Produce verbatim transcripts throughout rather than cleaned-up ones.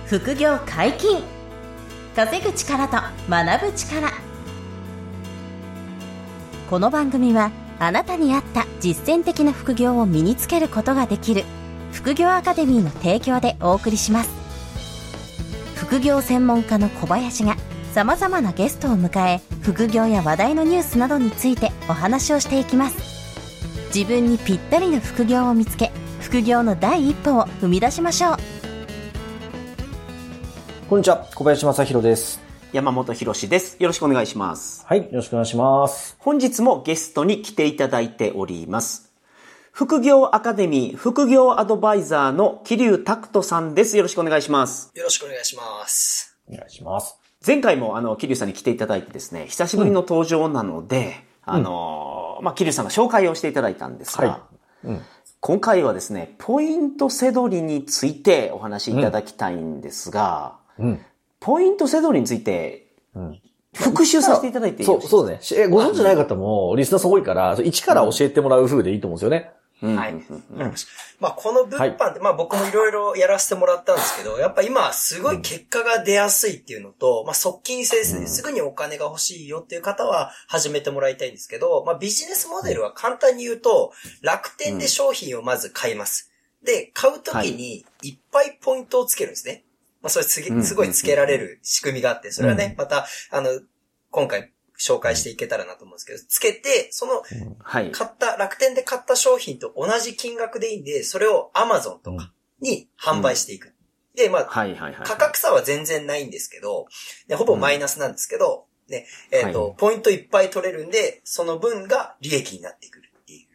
副業解禁。稼ぐ力と学ぶ力。この番組はあなたに合った実践的な副業を身につけることができる副業アカデミーの提供でお送りします。副業専門家の小林がさまざまなゲストを迎え、副業や話題のニュースなどについてお話をしていきます。自分にぴったりの副業を見つけ、副業の第一歩を踏み出しましょう。 こんにちは、小林正弘です。 山本博史です。よろしくお願いします。 はい、よろしくお願いします。 本日もゲストに来ていただいております。副業アカデミー副業アドバイザーの桐生拓人さんです。よろしくお願いします。 よろしくお願いします。 お願いします。 前回もあの桐生さんに来ていただいてですね、久しぶりの登場なので、うん、あのまあ桐生さんが紹介をしていただいたんですが、はいうん、今回はですね、ポイントせどりについてお話しいただきたいんですが、うんうん、ポイントせどりについて、うん、復習させていただいていいですか？ そう、そうね。え、ご存知ない方も、リスナーさん多いから、一から教えてもらう風でいいと思うんですよね。 うん、はい。うん、まあ、この物販って、はい、まあ僕もいろいろやらせてもらったんですけど、やっぱ今すごい結果が出やすいっていうのと、まあ側近性ですね、すぐにお金が欲しいよっていう方は始めてもらいたいんですけど、まあビジネスモデルは簡単に言うと、楽天で商品をまず買います。で、買うときにいっぱいポイントをつけるんですね。まあそれすごいつけられる仕組みがあって、それはね、また、あの、今回紹介していけたらなと思うんですけど、つけて、その、買った、楽天で買った商品と同じ金額でいいんで、それを Amazon とかに販売していく。で、まあ、価格差は全然ないんですけど、でほぼマイナスなんですけど、ね、えっと、ポイントいっぱい取れるんで、その分が利益になってくるっていう。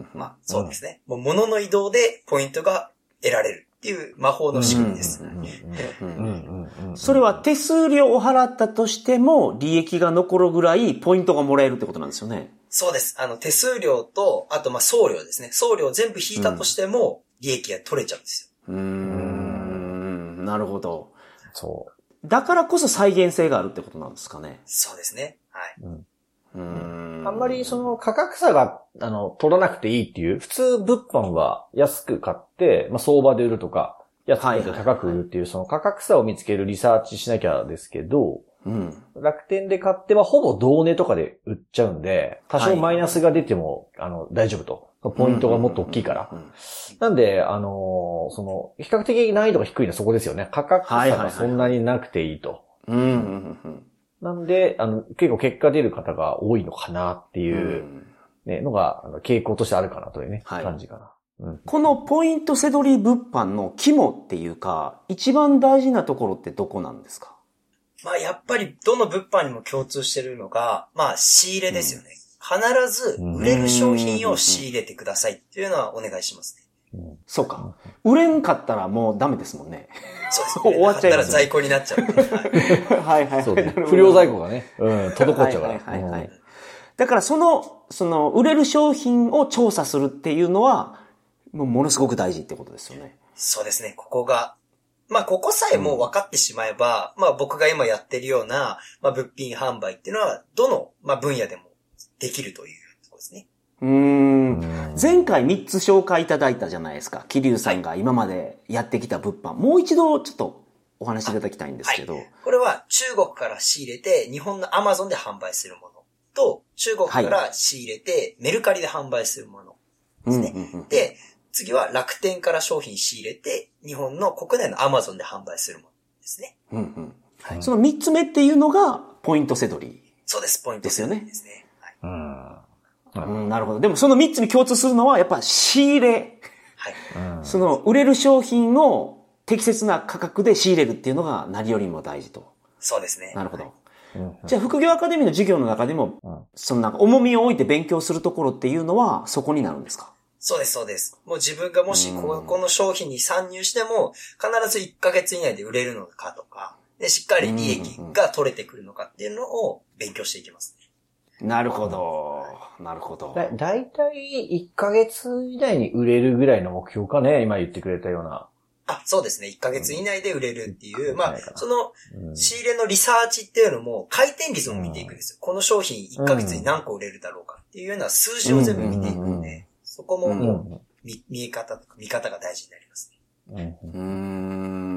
まあ、そうですね。もう物の移動でポイントが得られる。っていう魔法の仕組みです。 それは手数料を払ったとしても利益が残るぐらいポイントがもらえるってことなんですよね。 そうです。あの手数料と、あとまあ送料ですね。送料を全部引いたとしても利益が取れちゃうんですよ。 うーん、なるほど。 そう。 だからこそ再現性があるってことなんですかね。 そうですね。はい。うんうーんあんまりその価格差が、あの、取らなくていいっていう、普通物販は安く買って、まあ、相場で売るとか、安く買って高く売るっていう、その価格差を見つけるリサーチしなきゃですけど、うん、楽天で買ってはほぼ同値とかで売っちゃうんで、多少マイナスが出ても、はい、あの、大丈夫と。ポイントがもっと大きいから。なんで、あのー、その、比較的難易度が低いのはそこですよね。価格差がそんなになくていいと。なんで、あの、結構結果出る方が多いのかなっていう、ね、のが、あの傾向としてあるかなというね、はい、感じかな、 うん。このポイントせどり物販の肝っていうか、一番大事なところってどこなんですか？ まあやっぱりどの物販にも共通してるのが、まあ仕入れですよね。うん、必ず売れる商品を仕入れてくださいっていうのはお願いしますね。 うん、そうか。売れんかったらもうダメですもんね。 そうですね。終わっちゃいます、ね。在庫になっちゃう。 はいはい。 そうね。不良在庫がね、うん、滞っちゃうから。はいはいはい、はい。 だからその、その、売れる商品を調査するっていうのは、もうものすごく大事ってことですよね。 そうですね。ここが、まあここさえもう分かってしまえば、うん、まあ僕が今やってるような、まあ物品販売っていうのは、どの、まあ分野でもできるというところですね。 うーん前回みっつ紹介いただいたじゃないですか。桐生さんが今までやってきた物販。もう一度ちょっとお話しいただきたいんですけど。はい、 これは中国から仕入れて日本のアマゾンで販売するものと、中国から仕入れてメルカリで販売するものですね。うんうんうん、で、次は楽天から商品仕入れて日本の国内のアマゾンで販売するものですね。 うんうんはい、そのみっつめっていうのがポイントせどり。 そうです、ポイントせどりですね。はいうんうん、なるほど。でもそのみっつに共通するのはやっぱ仕入れ。はい。その売れる商品を適切な価格で仕入れるっていうのが何よりも大事と。 そうですね。 なるほど。はいうん、 じゃあ副業アカデミーの授業の中でも、うん、そのなんか重みを置いて勉強するところっていうのはそこになるんですか？ そうです、そうです。もう自分がもしここの商品に参入しても必ずいっかげつ以内で売れるのかとか、でしっかり利益が取れてくるのかっていうのを勉強していきますね。 なるほど。なるほど。 だ、だいたいいっかげつ以内に売れるぐらいの目標かね、今言ってくれたような。 あ、そうですね。いっかげつ以内で売れるっていう、うん、まあ、その、仕入れのリサーチっていうのも、回転率を見ていくんですよ。うん、この商品いっかげつに何個売れるだろうかっていうような数字を全部見ていくんで、そこももう、見え方とか見方が大事になりますね。 うん、うーん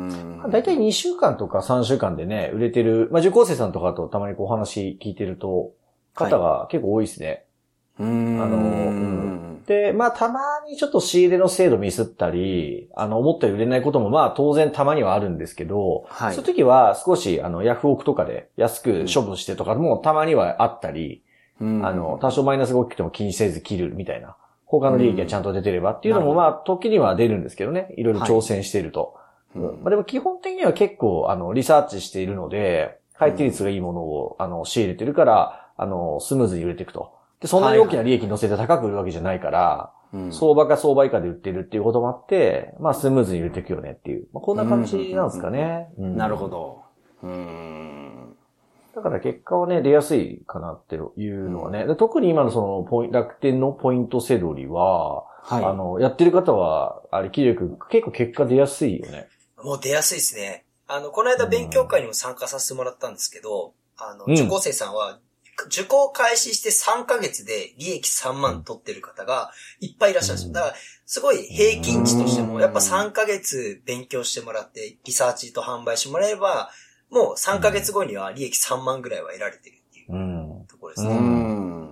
ん。 だいたいにしゅうかんとかさんしゅうかんでね、売れてる、まあ、受講生さんとかとたまにこうお話聞いてると、方が結構多いですね。 はい、うーん。 あの、うん。で、まあ、たまにちょっと仕入れの精度ミスったり、あの、思ったより売れないこともまあ、当然たまにはあるんですけど、はい、そういう時は少し、あの、ヤフオクとかで安く処分してとかもたまにはあったり、うん、あの、多少マイナスが大きくても気にせず切るみたいな。他の利益がちゃんと出てればっていうのもまあ、時には出るんですけどね。いろいろ挑戦していると。はい、うん、まあ、でも基本的には結構、あの、リサーチしているので、回転率がいいものを、あの、仕入れてるから、あの、スムーズに売れていくと。で、そんなに大きな利益乗せて高く売るわけじゃないから、はいはい、相場か相場以下で売ってるっていうこともあって、まあ、スムーズに売れていくよねっていう。まあ、こんな感じなんですかね。 うんうんうん、なるほど。うーん。 だから結果はね、出やすいかなっていうのはね。で特に今のそのポイント、楽天のポイントセドリは、はい、あの、やってる方は、あれ、キリ君、結構結果出やすいよね。 もう出やすいですね。あの、この間勉強会にも参加させてもらったんですけど、あの、受講生さんは、受講開始してさんかげつで利益さんまん取ってる方がいっぱいいらっしゃるんですよ。だから、すごい平均値としても、やっぱさんかげつ勉強してもらって、リサーチと販売してもらえば、もうさんかげつごには利益さんまんぐらいは得られてるっていうところですね。 うん、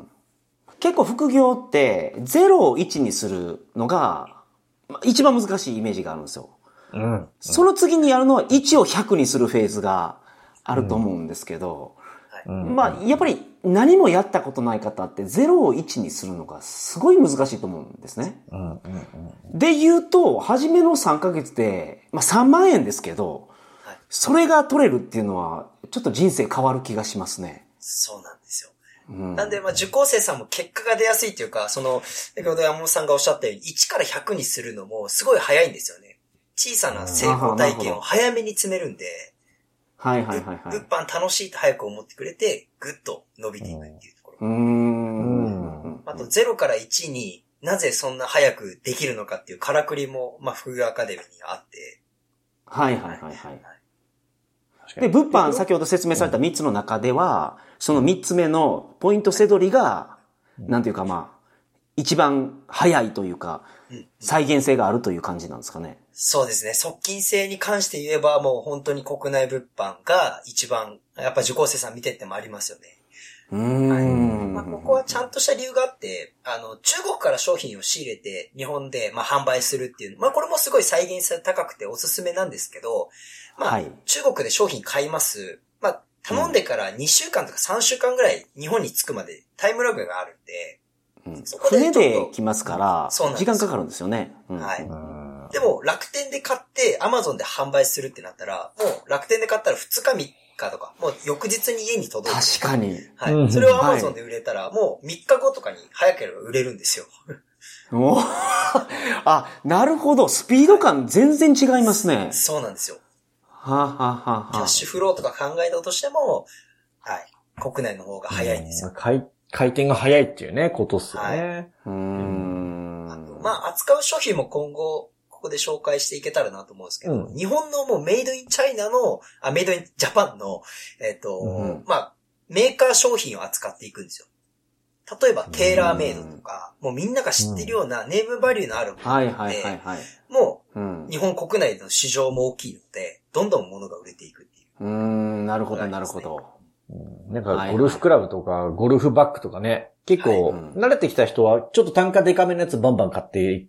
結構副業ってゼロをいちにするのが一番難しいイメージがあるんですよ。うんうん、その次にやるのはいちをひゃくにするフェーズがあると思うんですけど、うんはい、まあやっぱり何もやったことない方ってゼロをいちにするのがすごい難しいと思うんですね。うんうんうん、で言うと、初めのさんかげつで、まあさんまんえんですけど、それが取れるっていうのは、ちょっと人生変わる気がしますね。 そうなんですよ。うん、なんで、まあ、受講生さんも結果が出やすいっていうか、その、先ほど山本さんがおっしゃったように、いちからひゃくにするのもすごい早いんですよね。小さな成功体験を早めに詰めるんで、 はいはいはいはい。 物販楽しいと早く思ってくれて、ぐっと伸びていくっていうところ。うーん。あと、ゼロからいちになぜそんな早くできるのかっていうからくりも、まあ、副業アカデミーにあって。 はいはいはいはい。はいで、物販、先ほど説明されたみっつの中では、そのみっつめのポイントせどりが、なんていうかまあ、一番早いというか、再現性があるという感じなんですかね。 そうですね。側近性に関して言えば、もう本当に国内物販が一番、やっぱ受講生さん見てってもありますよね。うーん。まあ、ここはちゃんとした理由があって、あの、中国から商品を仕入れて、日本で、まあ、販売するっていう、まあ、これもすごい再現性高くておすすめなんですけど、まあ、はい、中国で商品買います。まあ、頼んでからにしゅうかんとかさんしゅうかんぐらい日本に着くまでタイムラグがあるんで、 うん、そこで船で来ますから、時間かかるんですよね。うん、 はい。でも、楽天で買って、アマゾンで販売するってなったら、もう楽天で買ったらふつかみっかとか、もう翌日に家に届いて。 確かに。 はい。それをアマゾンで売れたら、もうみっかごとかに早ければ売れるんですよ。 おあ、なるほど。スピード感全然違いますね。はい、 そうなんですよ。 はあ、はあはあ、 キャッシュフローとか考えたとしても、はい。国内の方が早いんですよ。 回、回転が早いっていうね、ことっすよね。はい、うーん。あと、まあ、扱う商品も今後、ここで紹介していけたらなと思うんですけど、うん、日本のもうメイドインチャイナの、あ、メイドインジャパンの、えっと、うん、まあ、メーカー商品を扱っていくんですよ。例えば、テーラーメイドとか、もうみんなが知ってるようなネームバリューのあるもので、はいはいはいはい、もう、日本国内の市場も大きいので、どんどん物が売れていくっていう。 うーん、なるほどなるほど。 なんか、ゴルフクラブとか、ゴルフバッグとかね、結構、慣れてきた人は、ちょっと単価デカめのやつバンバン買っていって、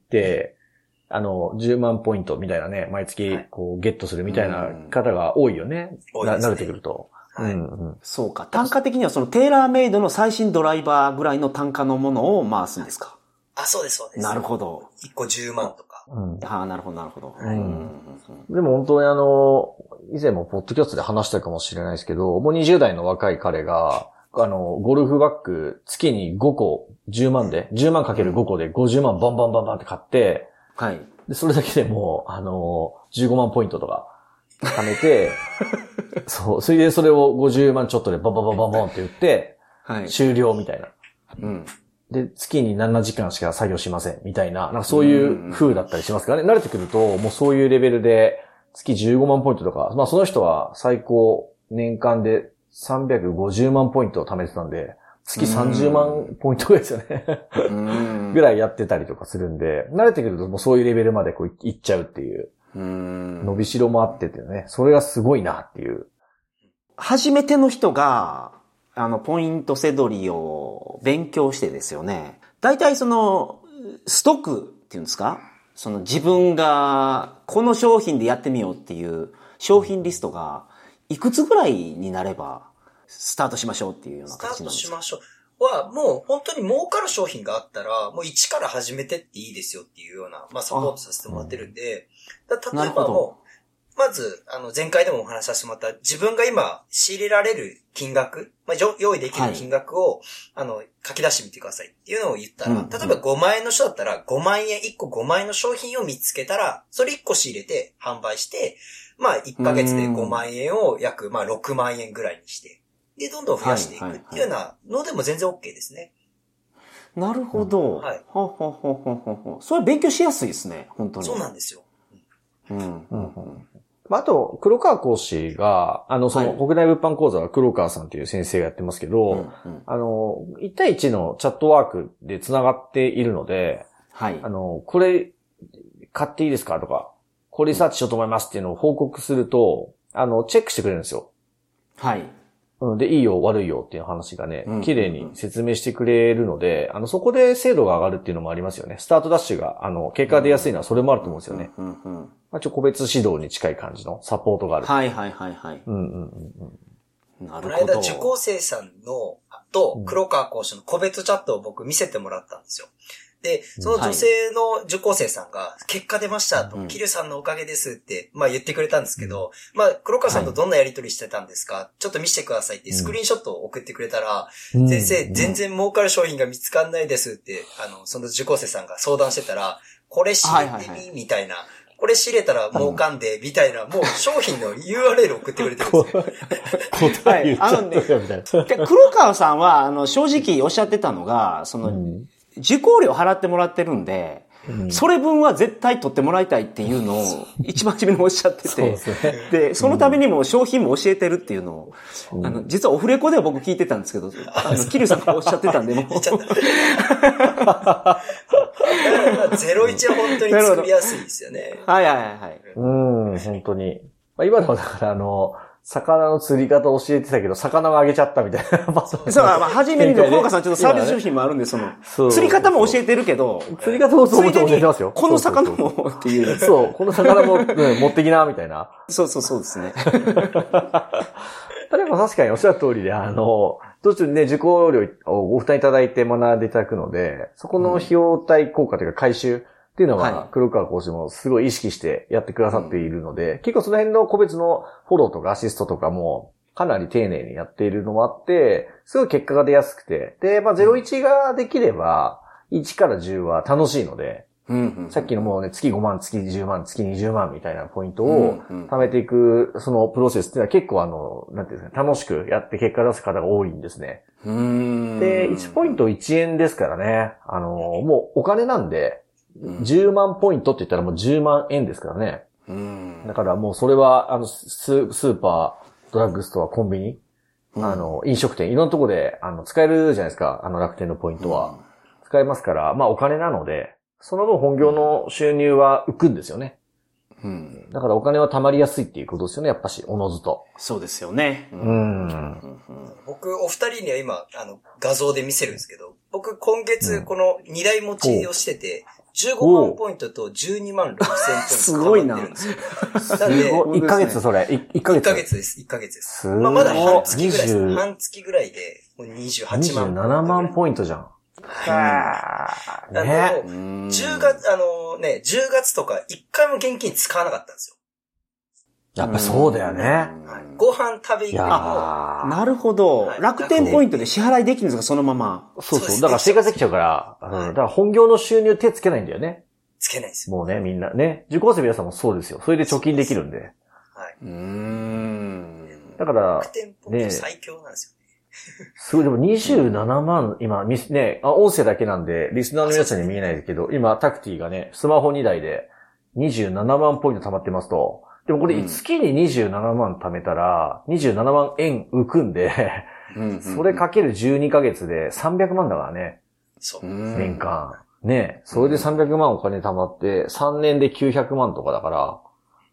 あの、じゅうまんポイントみたいなね、毎月、こう、ゲットするみたいな方が多いよね。 多いですね。 慣れてくると。 はいうんうん。そうか。単価的にはそのテーラーメイドの最新ドライバーぐらいの単価のものを回すんですか？ あ、そうです、そうです。 なるほど。 いっこじゅうまんとか。 うん。ああ、なるほど、なるほど。 はいうん、でも本当にあの、以前もポッドキャストで話したかもしれないですけど、もうにじゅう代の若い彼が、あの、ゴルフバッグ月にごこじゅうまんで、じゅうまんかけるごこでごじゅうまんバンバンバンバンって買って、 はい。 で、それだけでもう、あの、じゅうごまんポイントとか貯めて、そう、それでそれをごじゅうまんちょっとでバンバンバンバンバンって言って、はい。終了みたいな。うん。で、月にななじかんしか作業しません、みたいな、なんかそういう風だったりしますからね。慣れてくると、もうそういうレベルで、月じゅうごまんポイントとか、まあその人は最高年間でさんびゃくごじゅうまんポイントを貯めてたんで、月さんじゅうまんポイントぐらいですよね。ぐらいやってたりとかするんで、慣れてくるともうそういうレベルまでこういっちゃうっていう。 うーん。伸びしろもあっててね、それがすごいなっていう。 初めての人が、あの、ポイントせどりを勉強してですよね。大体その、ストックっていうんですか？その自分がこの商品でやってみようっていう商品リストがいくつぐらいになればスタートしましょうっていうような形なんですか？ スタートしましょう。は、もう本当に儲かる商品があったら、もう一から始めてっていいですよっていうような、まあサポートさせてもらってるんで、だ例えばもう、まず、あの、前回でもお話しさせてもらった、自分が今仕入れられる金額、まあ、用意できる金額を、はい、あの、書き出してみてくださいっていうのを言ったら、うんうん、例えばごまん円の人だったら、ごまん円、いっこごまん円の商品を見つけたら、それいっこ仕入れて販売して、まあ、いっかげつでごまん円を約、まあ、ろくまん円ぐらいにして、で、どんどん増やしていくっていうようなのでも全然 OK ですね。 なるほど。はい。ほほほほほほ。それ勉強しやすいですね、本当に。 そうなんですよ。 うん。うん。うんあと、黒川講師が、あの、その、国内物販講座は黒川さんという先生がやってますけど、はいうんうん、あの、いち対いちのチャットワークで繋がっているので、はい。あの、これ、買っていいですかとか、これリサーチしようと思いますっていうのを報告すると、あの、チェックしてくれるんですよ。はい。で、いいよ、悪いよっていう話がね、綺麗に説明してくれるので、あの、そこで精度が上がるっていうのもありますよね。スタートダッシュが、あの、結果が出やすいのはそれもあると思うんですよね。うんうんうんまあ、ちょっと個別指導に近い感じのサポートがある。 はいはいはいはい。 うんうんうんうん。なるほど。この間、受講生さんの、と、黒川講師の個別チャットを僕見せてもらったんですよ。で、その女性の受講生さんが、結果出ましたと、キルさんのおかげですって、まあ言ってくれたんですけど、まあ黒川さんとどんなやりとりしてたんですか、はい、ちょっと見せてくださいってスクリーンショットを送ってくれたら、うん、先生、全然儲かる商品が見つかんないですって、あの、その受講生さんが相談してたら、これ知れてみ、みたいな。これ知れたら儲かんで、みたいな、もう商品の ユーアールエル 送ってくれてるんですよ。 答え言っちゃったよ、みたいな。黒川さんは、あの、正直おっしゃってたのが、その、うん受講料払ってもらってるんで、うん、それ分は絶対取ってもらいたいっていうのを一番初めにおっしゃってて、そうですね、で、そのためにも商品も教えてるっていうのを、うん、あの、実はオフレコでは僕聞いてたんですけど、あの、キリュウさんがおっしゃってたんで、もう。 ゼロイチは本当に作りやすいですよね。 はいはいはい。 うん、本当に。まあ、今のはだからあの、魚の釣り方教えてたけど、魚をあげちゃったみたいな。 そう、まあ、初めにね、黒川さんちょっとサービス商品もあるんで、その、釣り方も教えてるけど、 釣り方もそう教えてますよ。 この魚もっていう。 そう、この魚も、ね、持ってきな、みたいな。 そうそうそうですね。 例えば確かにおっしゃる通りで、あの、途中にね、受講料をご負担いただいて学んでいただくので、そこの費用対効果というか回収、っていうのは、黒川講師もすごい意識してやってくださっているので、うん、結構その辺の個別のフォローとかアシストとかもかなり丁寧にやっているのもあって、すごい結果が出やすくて、で、まあゼロイチができれば、いちからじゅうは楽しいので、うんうんうん、さっきのもうね、月ごまん、月じゅうまん、月にじゅうまんみたいなポイントを貯めていく、そのプロセスっていうのは結構あの、なんていうんですか、楽しくやって結果出す方が多いんですね。うーんで、いちポイントいちえんですからね、あの、もうお金なんで、じゅうまんポイントって言ったらもうじゅうまんえんですからね。うん、だからもうそれは、あの、ス、スーパー、ドラッグストア、コンビニ、うん、あの、飲食店、いろんなところで、あの、使えるじゃないですか。あの、楽天のポイントは。うん、使えますから、まあお金なので、その分本業の収入は浮くんですよね。うん。だからお金は貯まりやすいっていうことですよね、やっぱし、おのずと。 そうですよね。 うん。うん、 僕、お二人には今、あの、画像で見せるんですけど、僕、今月、この二台持ちをしてて、うんじゅうごまんポイントとじゅうにまんろくせんポイントすごいな。 なんですよ。 なんで、いっかげつそれ。いっかげつ。 いっかげつです。いっかげつです。まあまだ半月ぐらいです。半月ぐらいで、もうにじゅうはちまん。 にじゅうななまんポイントじゃん。 はぁ、あ。ね。じゅうがつ、あのね、じゅうがつとか一回も現金使わなかったんですよ。 やっぱそうだよね。 ご飯食べ行くのも。 なるほど、はい。楽天ポイントで支払いできるんですか、そのまま。 そうそう。だから生活できちゃうから、うん、だから本業の収入手つけないんだよね。 つけないですよ。 もうね、みんなね。受講生皆さんもそうですよ。それで貯金できるんで。はい。 うーん。 だから、 楽天ポイント最強なんですよね。 すごい、でもにじゅうななまん、今、ね、あ、音声だけなんで、リスナーの皆さんに見えないけど、今、タクティがね、スマホにだいでにじゅうななまんポイント貯まってますと、でもこれ月ににじゅうななまん貯めたら、にじゅうななまんえん浮くんで、それかけるじゅうにかげつでさんびゃくまんだからね。 そう。 年間。ね。それでさんびゃくまんお金貯まって、さんねんできゅうひゃくまんとかだから、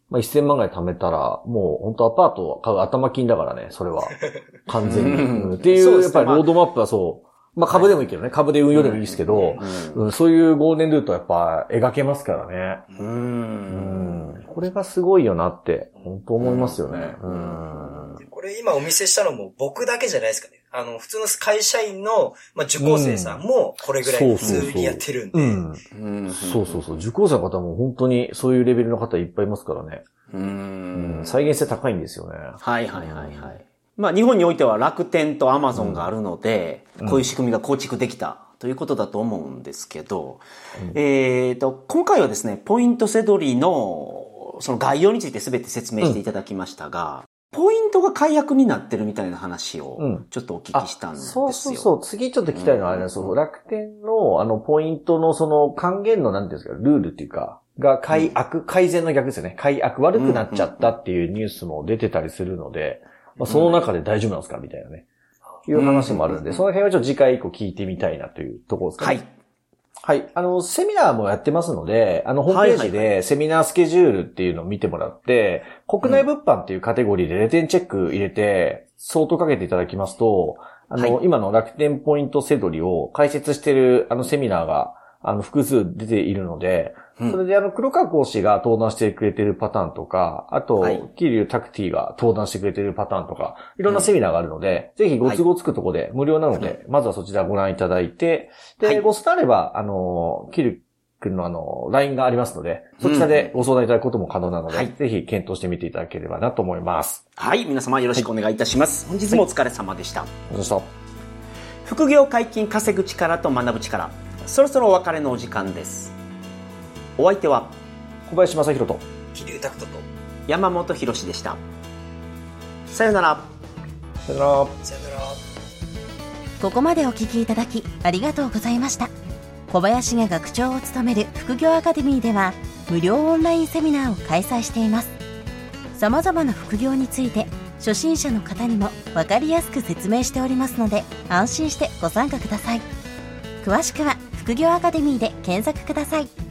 まあ、せんまんぐらい貯めたら、もう本当アパートを買う頭金だからね、それは。完全に。うん、っていう、やっぱりロードマップはそう。まあ株でもいいけどね、株で運用でもいいですけど、うんうん、そういうゴールデンルートはやっぱ描けますからね。うんうんこれがすごいよなって、本当思いますよね。うんうんこれ今お見せしたのも僕だけじゃないですかね。あの、普通の会社員の、まあ、受講生さんもこれぐらい普通にやってるんで。 そうそうそう。受講生の方も本当にそういうレベルの方いっぱいいますからね。うんうん再現性高いんですよね。 はいはいはいはい。まあ日本においては楽天とアマゾンがあるので、うん、こういう仕組みが構築できたということだと思うんですけど、うん、えっと、今回はですね、ポイントせどりのその概要について全て説明していただきましたが、うん、ポイントが解約になってるみたいな話をちょっとお聞きしたんですよ。 うん、そうそうそう。次ちょっと聞きたいのはあれなんですよ。楽天のあのポイントのその還元のなんていうんですか、ルールっていうか、が改悪、改善の逆ですよね。改悪、悪くなっちゃったっていうニュースも出てたりするので、まあ、その中で大丈夫なんですかみたいなね。いう話もあるんで、その辺はちょっと次回以降聞いてみたいなというところですかね。はい。はい。あの、セミナーもやってますので、あの、ホームページでセミナースケジュールっていうのを見てもらって、国内物販っていうカテゴリーでレテンチェック入れて、相当かけていただきますと、あの、はい、今の楽天ポイントせどりを解説してるあのセミナーが、あの、複数出ているので、それであの、黒川講師が登壇してくれているパターンとか、あと、はい、桐生タクティが登壇してくれているパターンとか、いろんなセミナーがあるので、うん、ぜひご都合つくとこで無料なので、はい、まずはそちらご覧いただいて、で、はい、ご相談あれば、あの、桐生くんのあの、ライン がありますので、そちらでご相談いただくことも可能なので、うん、ぜひ検討してみていただければなと思います。 はい、皆様よろしくお願いいたします。はい、本日もお疲れ様でした。 はい、お疲れ様でした。 副業解禁稼ぐ力と学ぶ力、そろそろお別れのお時間です。お相手は、 小林正弘と桐生拓人と山本博史でした。さよなら。 さよなら。 さよなら。 ここまでお聞きいただきありがとうございました。小林が学長を務める副業アカデミーでは無料オンラインセミナーを開催しています。様々な副業について初心者の方にも分かりやすく説明しておりますので、安心してご参加ください。詳しくは副業アカデミーで検索ください。